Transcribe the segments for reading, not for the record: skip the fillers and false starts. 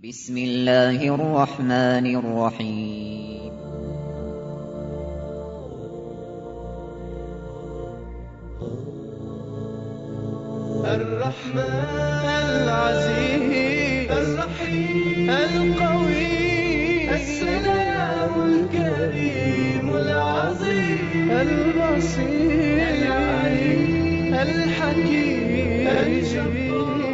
بسم الله الرحمن الرحيم. الرحمن العزيز الرحيم القوي السلام الكريم العظيم البصير العليم الحكيم الجبار.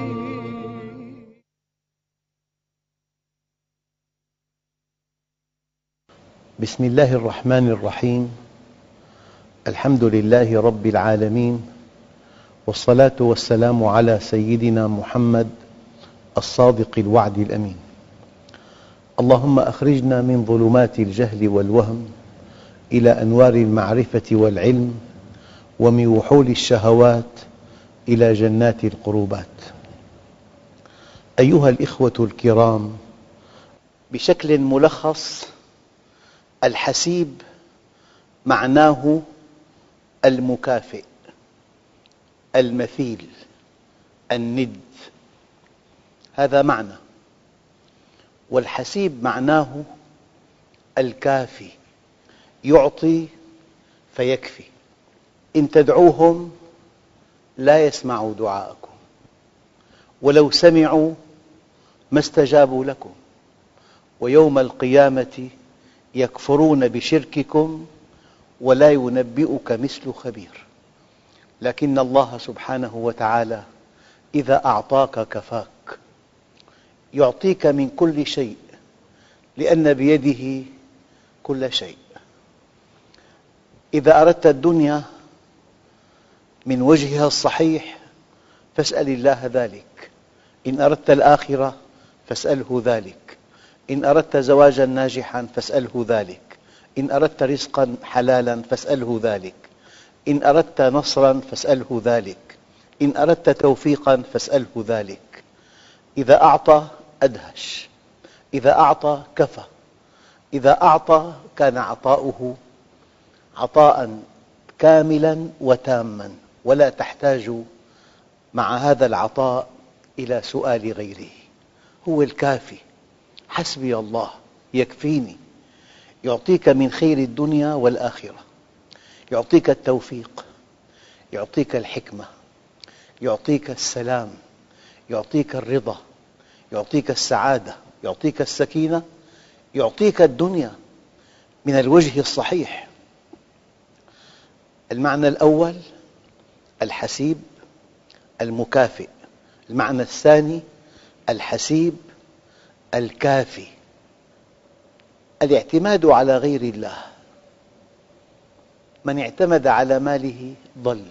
بسم الله الرحمن الرحيم. الحمد لله رب العالمين، والصلاة والسلام على سيدنا محمد الصادق الوعد الأمين. اللهم أخرجنا من ظلمات الجهل والوهم إلى أنوار المعرفة والعلم، ومن وحول الشهوات إلى جنات القربات. أيها الإخوة الكرام، بشكل ملخص، الحسيب معناه المكافئ، المثيل، الند، هذا معنى. والحسيب معناه الكافي، يعطي فيكفي. إن تدعوهم لا يسمعوا دعاءكم، ولو سمعوا ما استجابوا لكم، ويوم القيامة يكفرون بشرككم ولا ينبئك مثل خبير. لكن الله سبحانه وتعالى إذا أعطاك كفاك، يعطيك من كل شيء، لأن بيده كل شيء. إذا أردت الدنيا من وجهها الصحيح فاسأل الله ذلك، إن أردت الآخرة فاسأله ذلك، إن أردت زواجاً ناجحاً فاسأله ذلك، إن أردت رزقاً حلالاً فاسأله ذلك، إن أردت نصراً فاسأله ذلك، إن أردت توفيقاً فاسأله ذلك. إذا أعطى أدهش، إذا أعطى كفى، إذا أعطى كان عطاؤه عطاء كاملاً وتاماً، ولا تحتاج مع هذا العطاء إلى سؤال غيره. هو الكافي، حسبي الله يكفيني. يعطيك من خير الدنيا والآخرة، يعطيك التوفيق، يعطيك الحكمة، يعطيك السلام، يعطيك الرضا، يعطيك السعادة، يعطيك السكينة، يعطيك الدنيا من الوجه الصحيح. المعنى الأول الحسيب المكافئ، المعنى الثاني الحسيب الكافي. الاعتماد على غير الله، من اعتمد على ماله ضل،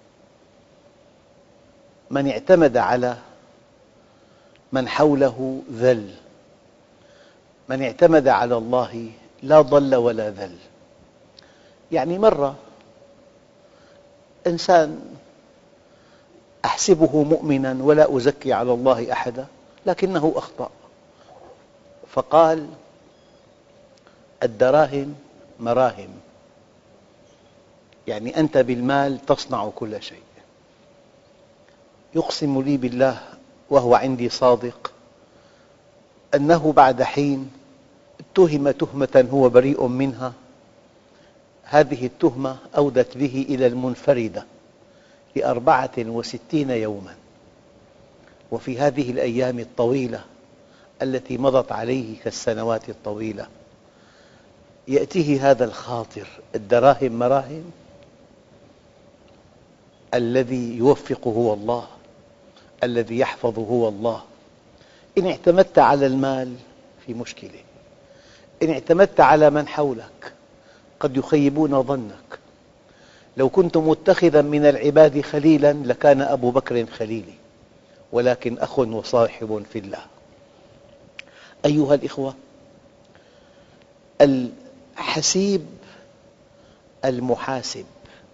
من اعتمد على من حوله ذل، من اعتمد على الله لا ضل ولا ذل. يعني مرة إنسان أحسبه مؤمناً ولا أزكي على الله أحداً، لكنه أخطأ فقال: الدراهم مراهم، يعني أنت بالمال تصنع كل شيء. يقسم لي بالله وهو عندي صادق أنه بعد حين اتهم تهمة هو بريء منها، هذه التهمة أودت به إلى المنفردة ل64 يوماً. وفي هذه الأيام الطويلة التي مضت عليه كالسنوات الطويلة يأتيه هذا الخاطر: الدراهم مراهم، الذي يوفق هو الله، الذي يحفظ هو الله. إن اعتمدت على المال في مشكلة، إن اعتمدت على من حولك قد يخيبون ظنك. لو كنت متخذاً من العباد خليلاً لكان أبو بكر خليلي، ولكن أخ وصاحب في الله. أيها الإخوة، الحسيب المحاسب.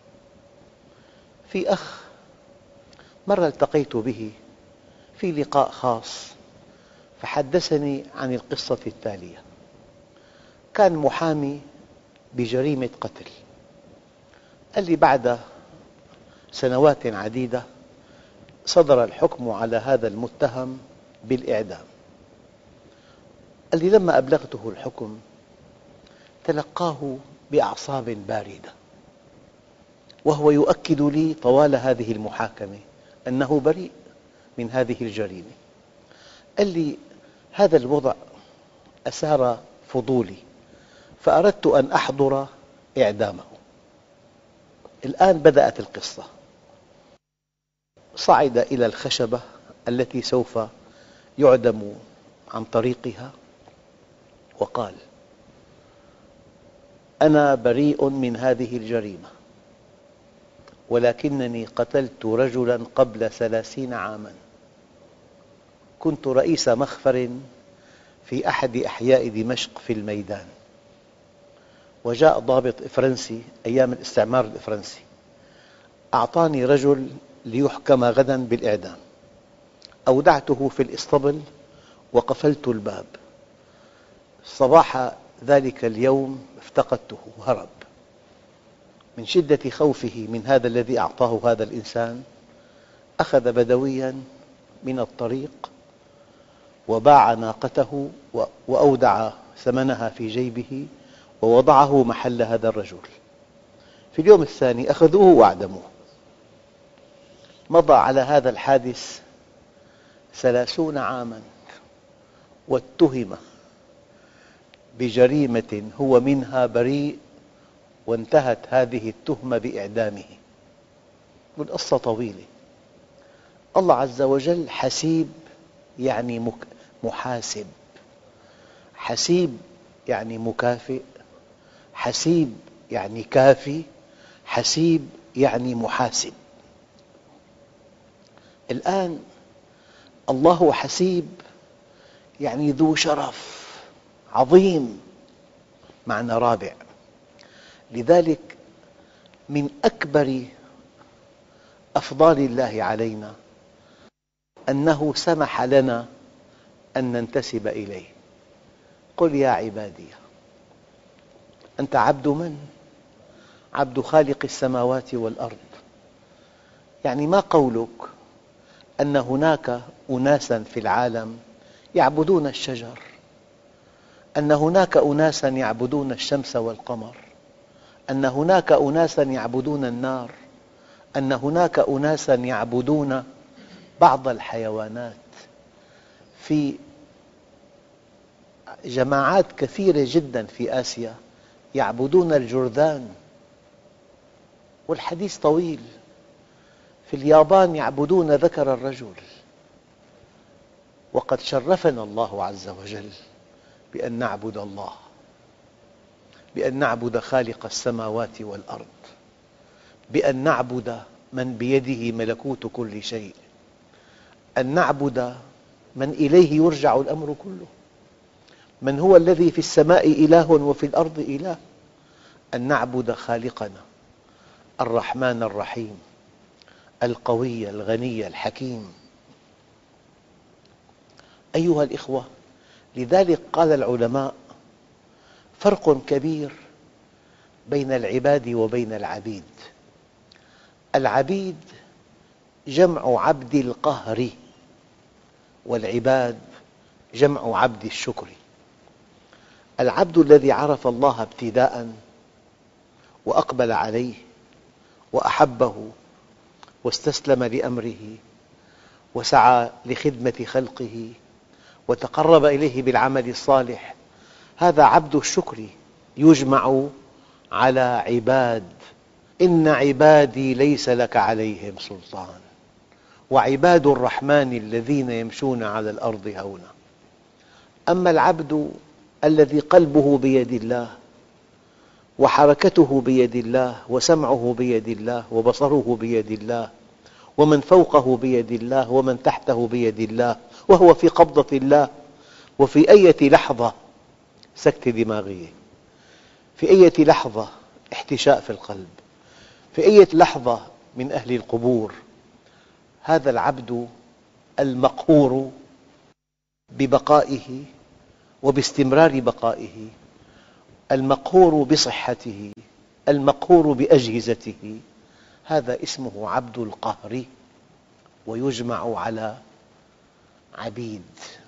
في أخ مرة التقيت به في لقاء خاص، فحدثني عن القصة التالية: كان محامي بجريمة قتل، قال لي بعد سنوات عديدة صدر الحكم على هذا المتهم بالإعدام. قال لي لما أبلغته الحكم تلقاه بأعصاب باردة، وهو يؤكد لي طوال هذه المحاكمة أنه بريء من هذه الجريمة. قال لي هذا الوضع أثار فضولي فأردت أن أحضر إعدامه. الآن بدأت القصة. صعد إلى الخشبة التي سوف يعدم عن طريقها وقال: أنا بريء من هذه الجريمة، ولكنني قتلت رجلاً قبل 30 عاماً. كنت رئيس مخفر في أحد أحياء دمشق في الميدان، وجاء ضابط فرنسي أيام الاستعمار الفرنسي، أعطاني رجل ليحكم غداً بالإعدام. أودعته في الإسطبل وقفلت الباب. صباح ذلك اليوم افتقدته وهرب. من شدة خوفه من هذا الذي أعطاه هذا الإنسان أخذ بدوياً من الطريق وباع ناقته وأودع ثمنها في جيبه ووضعه محل هذا الرجل. في اليوم الثاني أخذوه وأعدموه. مضى على هذا الحادث 30 عاماً واتهم بجريمة هو منها بريء، وانتهت هذه التهمة بإعدامه. والقصة طويلة. الله عز وجل حسيب يعني محاسب، حسيب يعني مكافئ، حسيب يعني كافي، حسيب يعني محاسب. الآن الله حسيب يعني ذو شرف عظيم، معنى رابع. لذلك من أكبر أفضال الله علينا أنه سمح لنا أن ننتسب إليه. قل يا عبادي، أنت عبد من؟ عبد خالق السماوات والأرض. يعني ما قولك أن هناك أناساً في العالم يعبدون الشجر، أن هناك أناساً يعبدون الشمس والقمر، أن هناك أناساً يعبدون النار، أن هناك أناساً يعبدون بعض الحيوانات. في جماعات كثيرة جداً في آسيا يعبدون الجرذان، والحديث طويل. في اليابان يعبدون ذكر الرجل. وقد شرفنا الله عز وجل بأن نعبد الله، بأن نعبد خالق السماوات والأرض، بأن نعبد من بيده ملكوت كل شيء، أن نعبد من إليه يرجع الأمر كله، من هو الذي في السماء إله وفي الأرض إله، أن نعبد خالقنا الرحمن الرحيم القوي الغني الحكيم. أيها الإخوة، لذلك قال العلماء: فرق كبير بين العباد وبين العبيد. العبيد جمع عبد القهر، والعباد جمع عبد الشكر. العبد الذي عرف الله ابتداءً وأقبل عليه وأحبه واستسلم لأمره وسعى لخدمة خلقه وتقرب إليه بالعمل الصالح، هذا عبد الشكر يجمع على عباد. إن عبادي ليس لك عليهم سلطان وعباد الرحمن الذين يمشون على الأرض هونا. أما العبد الذي قلبه بيد الله وحركته بيد الله وسمعه بيد الله وبصره بيد الله ومن فوقه بيد الله ومن تحته بيد الله، وهو في قبضة الله، وفي أي لحظة سكتة دماغية، في أي لحظة احتشاء في القلب، في أي لحظة من أهل القبور. هذا العبد المقهور ببقائه وباستمرار بقائه، المقهور بصحته، المقهور بأجهزته، هذا اسمه عبد القهر، ويجمع على عبيد.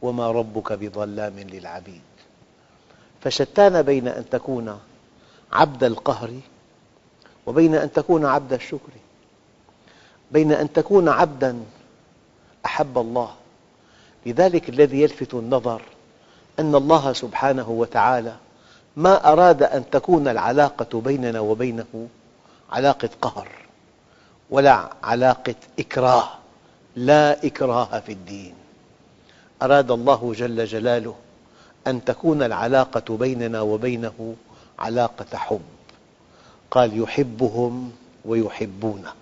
وما ربك بظلام للعبيد. فشتان بين أن تكون عبد القهر وبين أن تكون عبد الشكر، بين أن تكون عبدا أحب الله. لذلك الذي يلفت النظر أن الله سبحانه وتعالى ما أراد أن تكون العلاقة بيننا وبينه علاقة قهر ولا علاقة إكراه، لا إكراه في الدين. أراد الله جل جلاله أن تكون العلاقة بيننا وبينه علاقة حب، قال يحبهم ويحبونه.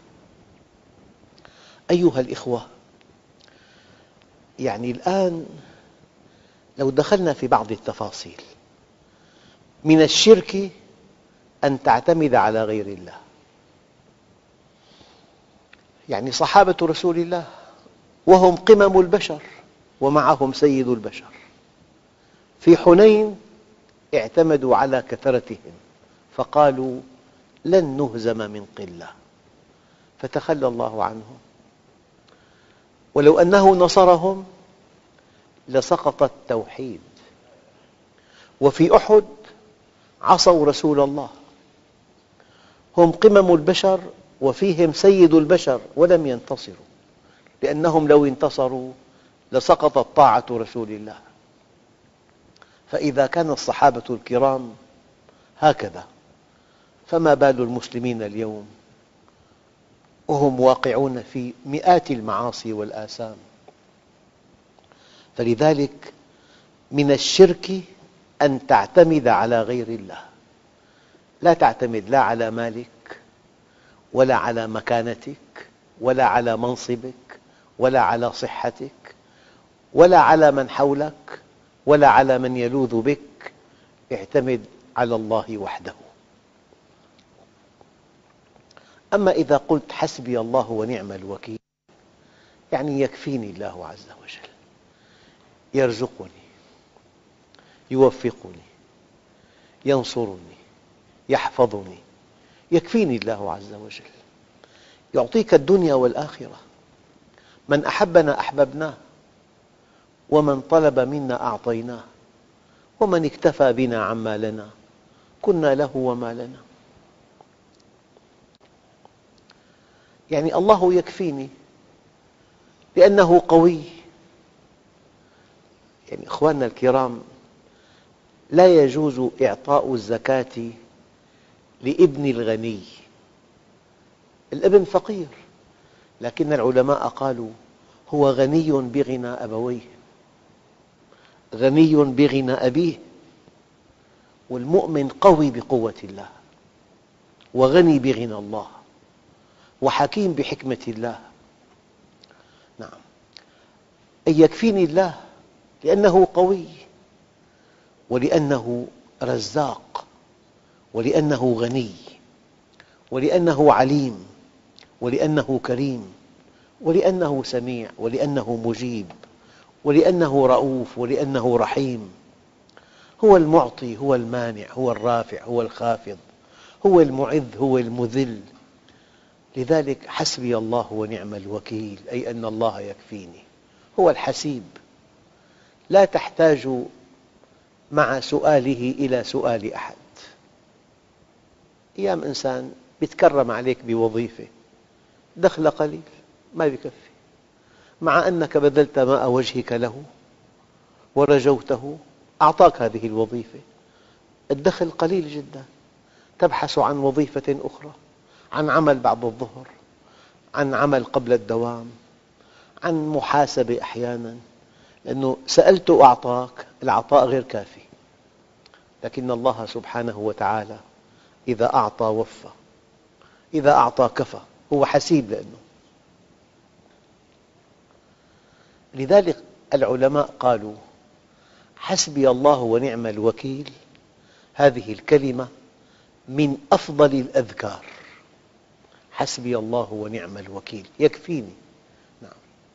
أيها الإخوة، الآن لو دخلنا في بعض التفاصيل، من الشرك أن تعتمد على غير الله. صحابة رسول الله وهم قمم البشر ومعهم سيد البشر، في حنين اعتمدوا على كثرتهم فقالوا لن نهزم من قلة، فتخلى الله عنهم. ولو أنه نصرهم لسقط التوحيد. وفي أحد عصوا رسول الله، هم قمم البشر وفيهم سيد البشر ولم ينتصروا، لأنهم لو انتصروا لسقطت طاعة رسول الله. فإذا كان الصحابة الكرام هكذا، فما بال المسلمين اليوم وهم واقعون في مئات المعاصي والآثام؟ فلذلك من الشرك أن تعتمد على غير الله، لا تعتمد لا على مالك ولا على مكانتك ولا على منصبك ولا على صحتك ولا على من حولك ولا على من يلوذ بك، اعتمد على الله وحده. أما إذا قلت حسبي الله ونعم الوكيل، يكفيني الله عز وجل، يرزقني، يوفقني، ينصرني، يحفظني، يكفيني الله عز وجل، يعطيك الدنيا والآخرة. من أحبنا أحببناه، ومن طلب منا أعطيناه، ومن اكتفى بنا عما لنا كنا له وما لنا. الله يكفيني لأنه قوي. أخواننا الكرام، لا يجوز إعطاء الزكاة لابن الغني. الابن فقير، لكن العلماء قالوا هو غني بغنى أبويه، غني بغنى أبيه. والمؤمن قوي بقوة الله، وغني بغنى الله، وحكيم بحكمة الله. نعم، أن يكفيني الله لأنه قوي، ولأنه رزاق، ولأنه غني، ولأنه عليم، ولأنه كريم، ولأنه سميع، ولأنه مجيب، ولأنه رؤوف، ولأنه رحيم. هو المعطي، هو المانع، هو الرافع، هو الخافض، هو المعز، هو المذل. لذلك حسبي الله ونعم الوكيل، أي أن الله يكفيني. هو الحسيب، لا تحتاج مع سؤاله إلى سؤال أحد. أيام إنسان يتكرم عليك بوظيفة، دخل قليل ما يكفي، مع أنك بذلت ماء وجهك له ورجوته، أعطاك هذه الوظيفة، الدخل قليل جدا. تبحث عن وظيفة أخرى، عن عمل بعد الظهر، عن عمل قبل الدوام، عن محاسبة أحيانا، لأنه سألت وأعطاك، العطاء غير كافي. لكن الله سبحانه وتعالى إذا أعطى وفى، إذا أعطى كفى، هو حسيب. لذلك العلماء قالوا حسبي الله ونعم الوكيل، هذه الكلمة من أفضل الأذكار. حسبي الله ونعم الوكيل، يكفيني. نعم.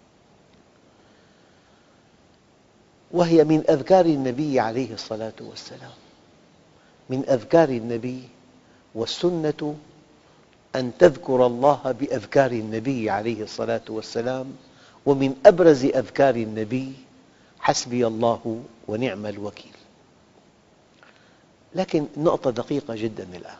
وهي من أذكار النبي عليه الصلاة والسلام، من أذكار النبي. والسنة أن تذكر الله بأذكار النبي عليه الصلاة والسلام. ومن أبرز أذكار النبي حسبي الله ونعم الوكيل. لكن النقطة دقيقة جدا الآن.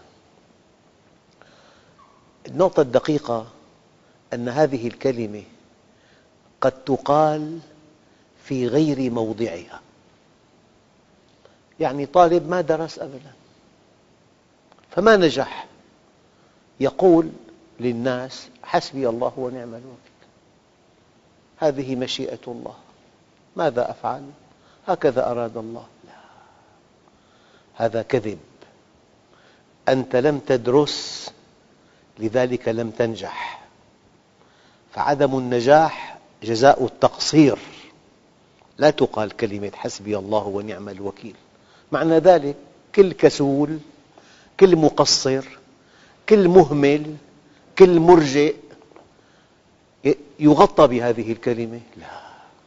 النقطة الدقيقة أن هذه الكلمة قد تقال في غير موضعها. يعني طالب ما درس أبدا فما نجح يقول للناس حسبي الله ونعم الوكيل، هذه مشيئة الله، ماذا أفعل؟ هكذا أراد الله. لا، هذا كذب. أنت لم تدرس لذلك لم تنجح، فعدم النجاح جزاء التقصير. لا تقال كلمة حسبي الله ونعم الوكيل. معنى ذلك كل كسول، كل مقصر، كل مهمل، كل مرجئ يغطى بهذه الكلمة. لا،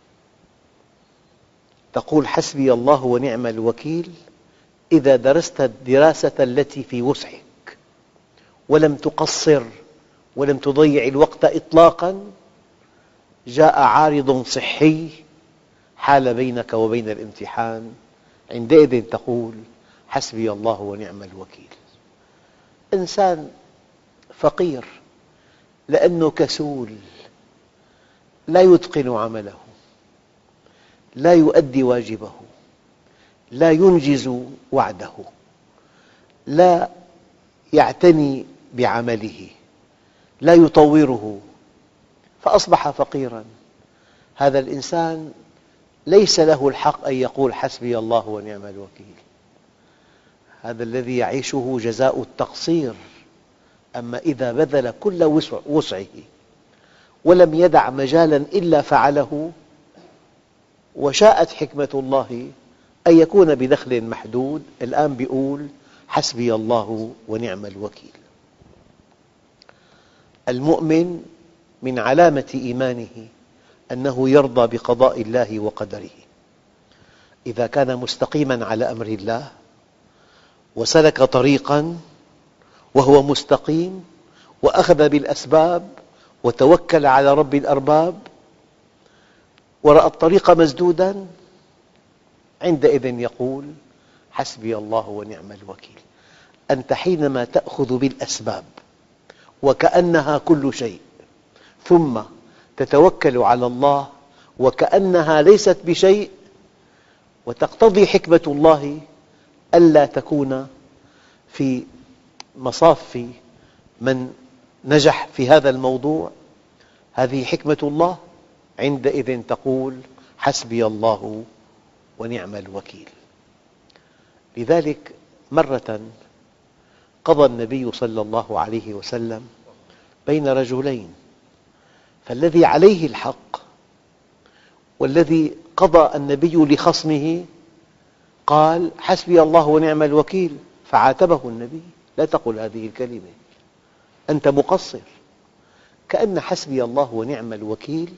تقول حسبي الله ونعم الوكيل إذا درست الدراسة التي في وسعك ولم تقصر ولم تضيع الوقت إطلاقاً. جاء عارض صحي حال بينك وبين الامتحان، عندئذ تقول حسبي الله ونعم الوكيل. إنسان فقير لأنه كسول، لا يتقن عمله، لا يؤدي واجبه، لا ينجز وعده، لا يعتني بعمله، لا يطوره، فأصبح فقيراً. هذا الإنسان ليس له الحق أن يقول حسبي الله ونعم الوكيل. هذا الذي يعيشه جزاء التقصير. أما إذا بذل كل وسعه ولم يدع مجالاً إلا فعله، وشاءت حكمة الله أن يكون بدخل محدود، الآن يقول حسبي الله ونعم الوكيل. المؤمن من علامة إيمانه أنه يرضى بقضاء الله وقدره. إذا كان مستقيماً على أمر الله وسلك طريقاً وهو مستقيم وأخذ بالأسباب وتوكل على رب الأرباب ورأى الطريق مسدوداً، عندئذ يقول حسبي الله ونعم الوكيل. أنت حينما تأخذ بالأسباب وكأنها كل شيء، ثم تتوكل على الله وكأنها ليست بشيء، وتقتضي حكمة الله ألا تكون في مصاف من نجح في هذا الموضوع، هذه حكمة الله، عندئذ تقول حسبي الله ونعم الوكيل. لذلك مرة قضى النبي صلى الله عليه وسلم بين رجلين، فالذي عليه الحق والذي قضى النبي لخصمه قال حسبي الله ونعم الوكيل، فعاتبه النبي لا تقل هذه الكلمة، أنت مقصر. كأن حسبي الله ونعم الوكيل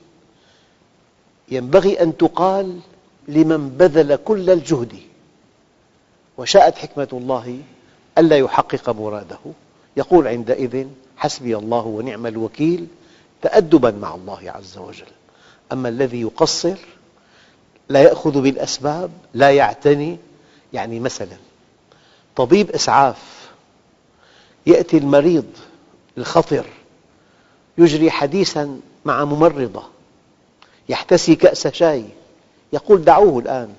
ينبغي أن تقال لمن بذل كل الجهد وشاءت حكمة الله ألا يحقق مراده، يقول عندئذ حسبي الله ونعم الوكيل تأدباً مع الله عز وجل. أما الذي يقصر لا يأخذ بالأسباب، لا يعتني، يعني مثلاً طبيب إسعاف يأتي المريض الخطر يجري حديثاً مع ممرضة، يحتسي كأس شاي، يقول دعوه الآن،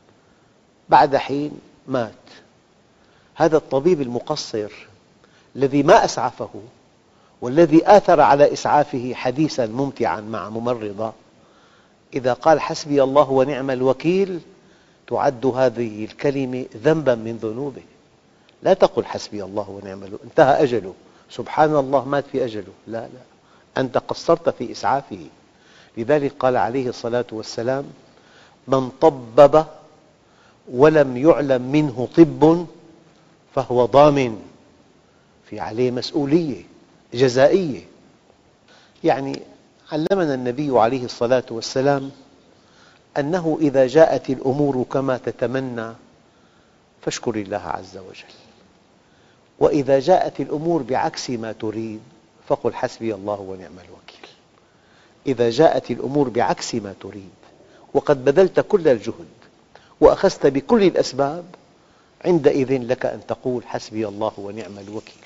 بعد حين مات. هذا الطبيب المقصر الذي ما أسعفه والذي آثر على إسعافه حديثاً ممتعاً مع ممرضة، إذا قال حسبي الله ونعم الوكيل تعد هذه الكلمة ذنباً من ذنوبه. لا تقل حسبي الله ونعم الوكيل، انتهى أجله، سبحان الله مات في أجله، لا لا، أنت قصرت في إسعافه. لذلك قال عليه الصلاة والسلام من طبب ولم يعلم منه طب فهو ضامن، في عليه مسؤولية جزائية. يعني علمنا النبي عليه الصلاة والسلام أنه إذا جاءت الأمور كما تتمنى فاشكر الله عز وجل، وإذا جاءت الأمور بعكس ما تريد فقل حسبي الله ونعم الوكيل. إذا جاءت الأمور بعكس ما تريد وقد بذلت كل الجهد وأخذت بكل الأسباب، عندئذ لك أن تقول حسبي الله ونعم الوكيل.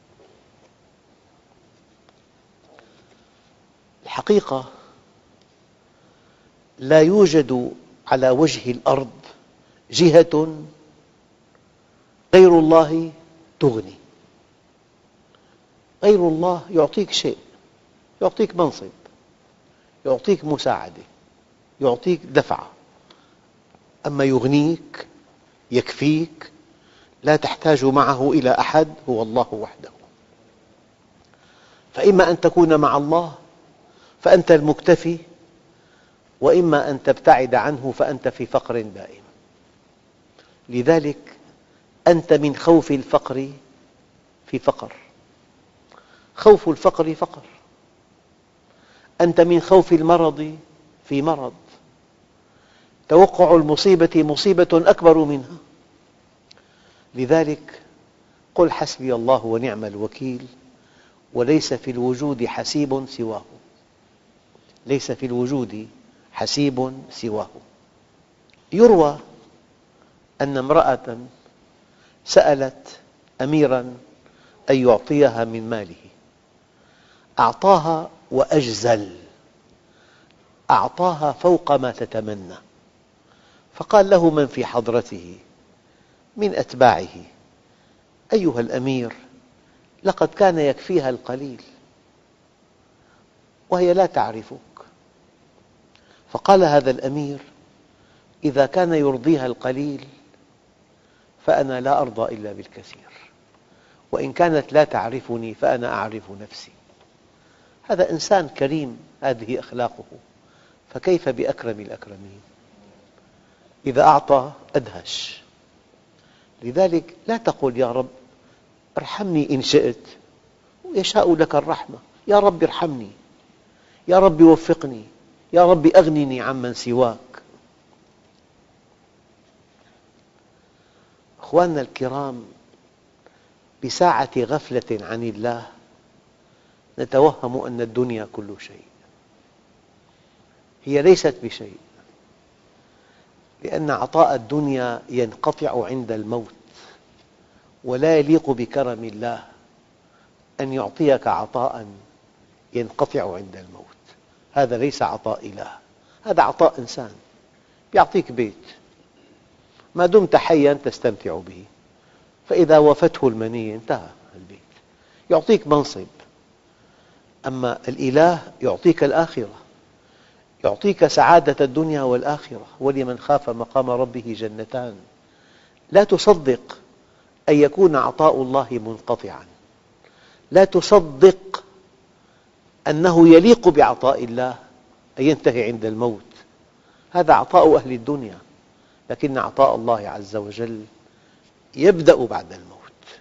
الحقيقة لا يوجد على وجه الأرض جهة غير الله تغني. غير الله يعطيك شيء، يعطيك منصب، يعطيك مساعدة، يعطيك دفعة، أما يغنيك يكفيك لا تحتاج معه إلى أحد هو الله وحده. فإما أن تكون مع الله فأنت المكتفي، وإما أن تبتعد عنه فأنت في فقر دائم. لذلك أنت من خوف الفقر في فقر، خوف الفقر فقر، أنت من خوف المرض في مرض، توقع المصيبة مصيبة أكبر منها. لذلك قل حسبي الله ونعم الوكيل، وليس في الوجود حسيب سواه، ليس في الوجود حسيب سواه. يروى أن امرأة سألت أميراً أن يعطيها من ماله، أعطاها وأجزل، أعطاها فوق ما تتمنى، فقال له من في حضرته من أتباعه: أيها الأمير، لقد كان يكفيها القليل وهي لا تعرفك. فقال هذا الأمير: إذا كان يرضيها القليل فأنا لا أرضى إلا بالكثير، وإن كانت لا تعرفني فأنا أعرف نفسي. هذا إنسان كريم، هذه أخلاقه، فكيف بأكرم الأكرمين؟ إذا أعطى أدهش. لذلك لا تقل يا رب ارحمني إن شئت، يشاء لك الرحمة، يا رب ارحمني، يا رب وفقني، يا رب أغنني عمن سواك. أخواننا الكرام، بساعة غفلة عن الله نتوهم أن الدنيا كل شيء. هي ليست بشيء، لأن عطاء الدنيا ينقطع عند الموت، ولا يليق بكرم الله أن يعطيك عطاء ينقطع عند الموت. هذا ليس عطاء إله، هذا عطاء إنسان. يعطيك بيت، ما دمت حياً تستمتع به، فإذا وفته المنية انتهى البيت. يعطيك منصب، أما الإله يعطيك الآخرة، يعطيك سعادة الدنيا والآخرة. ولمن خاف مقام ربه جنتان. لا تصدق أن يكون عطاء الله منقطعاً، لا تصدق أنه يليق بعطاء الله أن ينتهي عند الموت. هذا عطاء أهل الدنيا، لكن عطاء الله عز وجل يبدأ بعد الموت.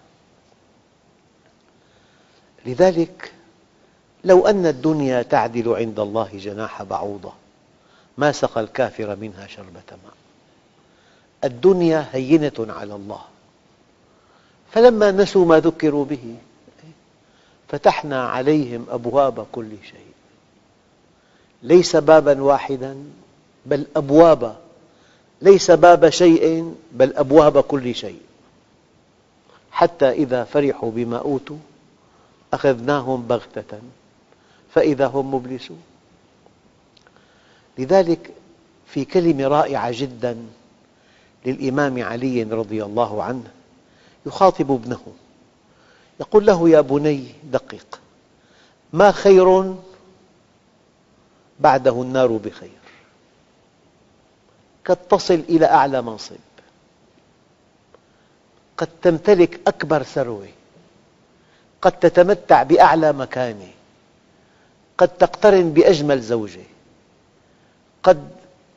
لذلك لو أن الدنيا تعدل عند الله جناح بعوضة ما سقى الكافر منها شربة ماء. الدنيا هينة على الله، فلما نسوا ما ذكروا به فتحنا عليهم أبواب كل شيء، ليس باباً واحداً بل أبوابا، ليس باب شيء بل أبواب كل شيء، حتى إذا فرحوا بما أوتوا أخذناهم بغتة فإذا هم مبلسون. لذلك في كلمة رائعة جداً للإمام علي رضي الله عنه، يخاطب ابنه يقول له: يا بني دقق، ما خير بعده النار بخير. قد تصل إلى أعلى منصب، قد تمتلك أكبر ثروة، قد تتمتع بأعلى مكانة، قد تقترن بأجمل زوجة، قد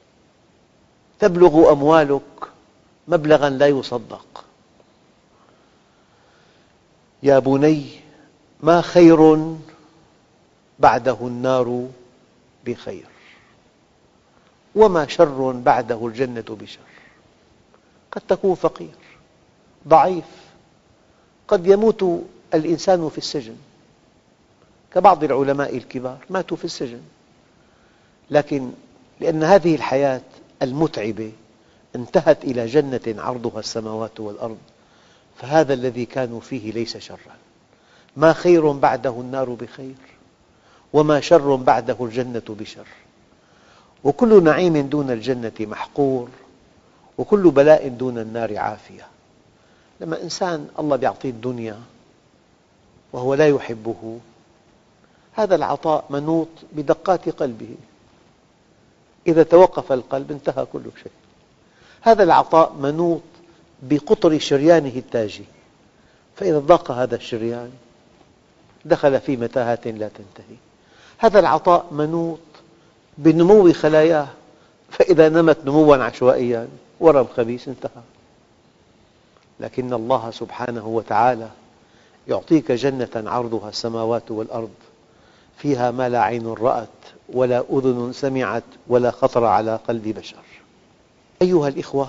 تبلغ أموالك مبلغاً لا يصدق. يا بني ما خير بعده النار بخير، وما شر بعده الجنة بشر. قد تكون فقير ضعيف، قد يموت الإنسان في السجن، كبعض العلماء الكبار ماتوا في السجن، لكن لأن هذه الحياة المتعبة انتهت إلى جنة عرضها السماوات والأرض، فهذا الذي كانوا فيه ليس شرا. ما خير بعده النار بخير، وما شر بعده الجنة بشر، وكل نعيم دون الجنة محقور، وكل بلاء دون النار عافية. لما إنسان الله يعطيه الدنيا وهو لا يحبه، هذا العطاء منوط بدقات قلبه، إذا توقف القلب انتهى كل شيء. هذا العطاء منوط بقطر شريانه التاجي، فإذا ضاق هذا الشريان دخل في متاهة لا تنتهي. هذا العطاء منوط بنمو خلاياه، فإذا نمت نمواً عشوائياً ورم خبيث انتهى. لكن الله سبحانه وتعالى يعطيك جنة عرضها السماوات والأرض، فيها ما لا عين رأت ولا أذن سمعت ولا خطر على قلب بشر. أيها الإخوة،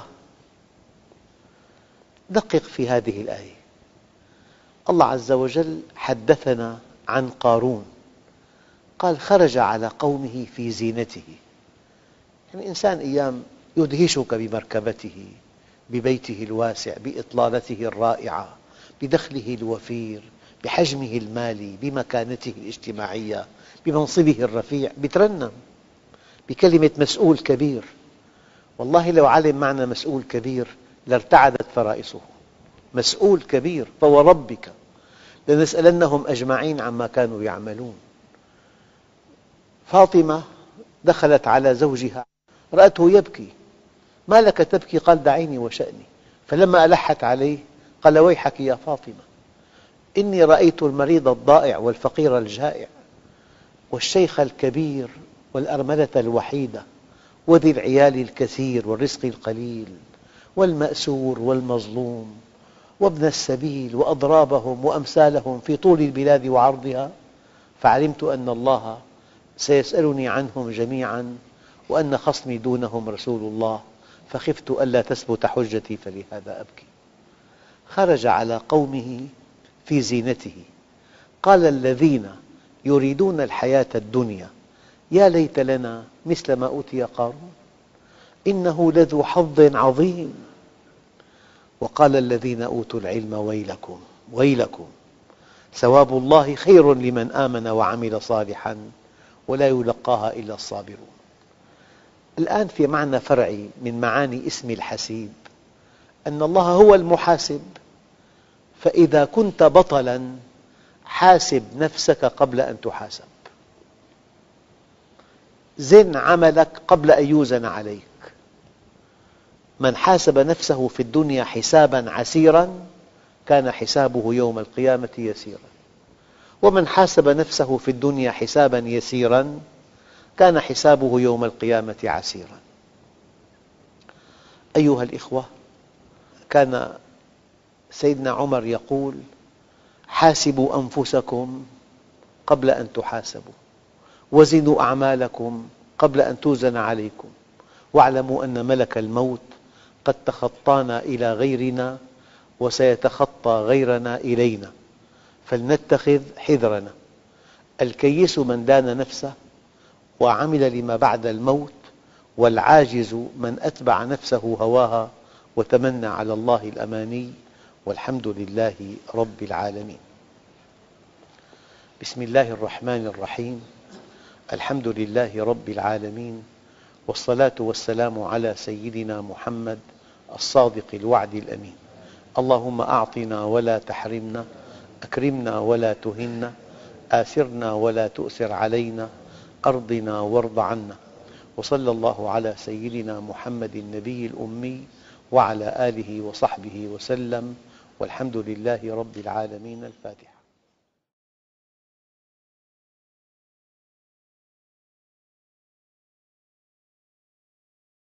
دقق في هذه الآية. الله عز وجل حدثنا عن قارون، قال خرج على قومه في زينته. يعني إنسان أيام يدهشك بمركبته، ببيته الواسع، بإطلالته الرائعة، بدخله الوفير، بحجمه المالي، بمكانته الاجتماعية، بمنصبه الرفيع، يترنم بكلمة مسؤول كبير. والله لو علم معنى مسؤول كبير لارتعدت فرائصه. مسؤول كبير، فوربك لنسألنهم أجمعين عما كانوا يعملون. فاطمة دخلت على زوجها رأته يبكي، ما لك تبكي؟ قال دعيني وشأني. فلما ألحت عليه قال ويحك يا فاطمة، إني رأيت المريض الضائع والفقير الجائع والشيخ الكبير والأرملة الوحيدة وذي العيال الكثير والرزق القليل والمأسور والمظلوم وابن السبيل وأضرابهم وأمثالهم في طول البلاد وعرضها، فعلمت أن الله سيسألني عنهم جميعاً وأن خصمي دونهم رسول الله، فخفت ألا تثبت حجتي فلهذا أبكي. خرج على قومه في زينته. قال الذين يريدون الحياة الدنيا يا ليت لنا مثل ما أوتي قارون إنه لذو حظ عظيم. وقال الذين أوتوا العلم ويلكم ويلكم ثواب الله خير لمن آمن وعمل صالحاً ولا يلقاها إلا الصابرون. الآن في معنى فرعي من معاني اسم الحسيب، أن الله هو المحاسب، فإذا كنت بطلاً حاسب نفسك قبل أن تحاسب. زن عملك قبل أن يوزن عليك. من حاسب نفسه في الدنيا حساباً عسيراً كان حسابه يوم القيامة يسيراً، ومن حاسب نفسه في الدنيا حساباً يسيراً كان حسابه يوم القيامة عسيراً. أيها الإخوة، كان سيدنا عمر يقول حاسبوا أنفسكم قبل أن تحاسبوا، وزنوا أعمالكم قبل أن توزن عليكم، واعلموا أن ملك الموت قد تخطانا إلى غيرنا وسيتخطى غيرنا إلينا، فلنتخذ حذرنا. الكيس من دان نفسه وعمل لما بعد الموت، والعاجز من أتبع نفسه هواها وتمنى على الله الأماني، والحمد لله رب العالمين. بسم الله الرحمن الرحيم. الحمد لله رب العالمين، والصلاة والسلام على سيدنا محمد الصادق الوعد الأمين. اللهم أعطنا ولا تحرمنا، أكرمنا ولا تهنا، آثرنا ولا تؤثر علينا، أرضنا وارض عنا. وصلى الله على سيدنا محمد النبي الأمي وعلى آله وصحبه وسلم، والحمد لله رب العالمين. الفاتحة.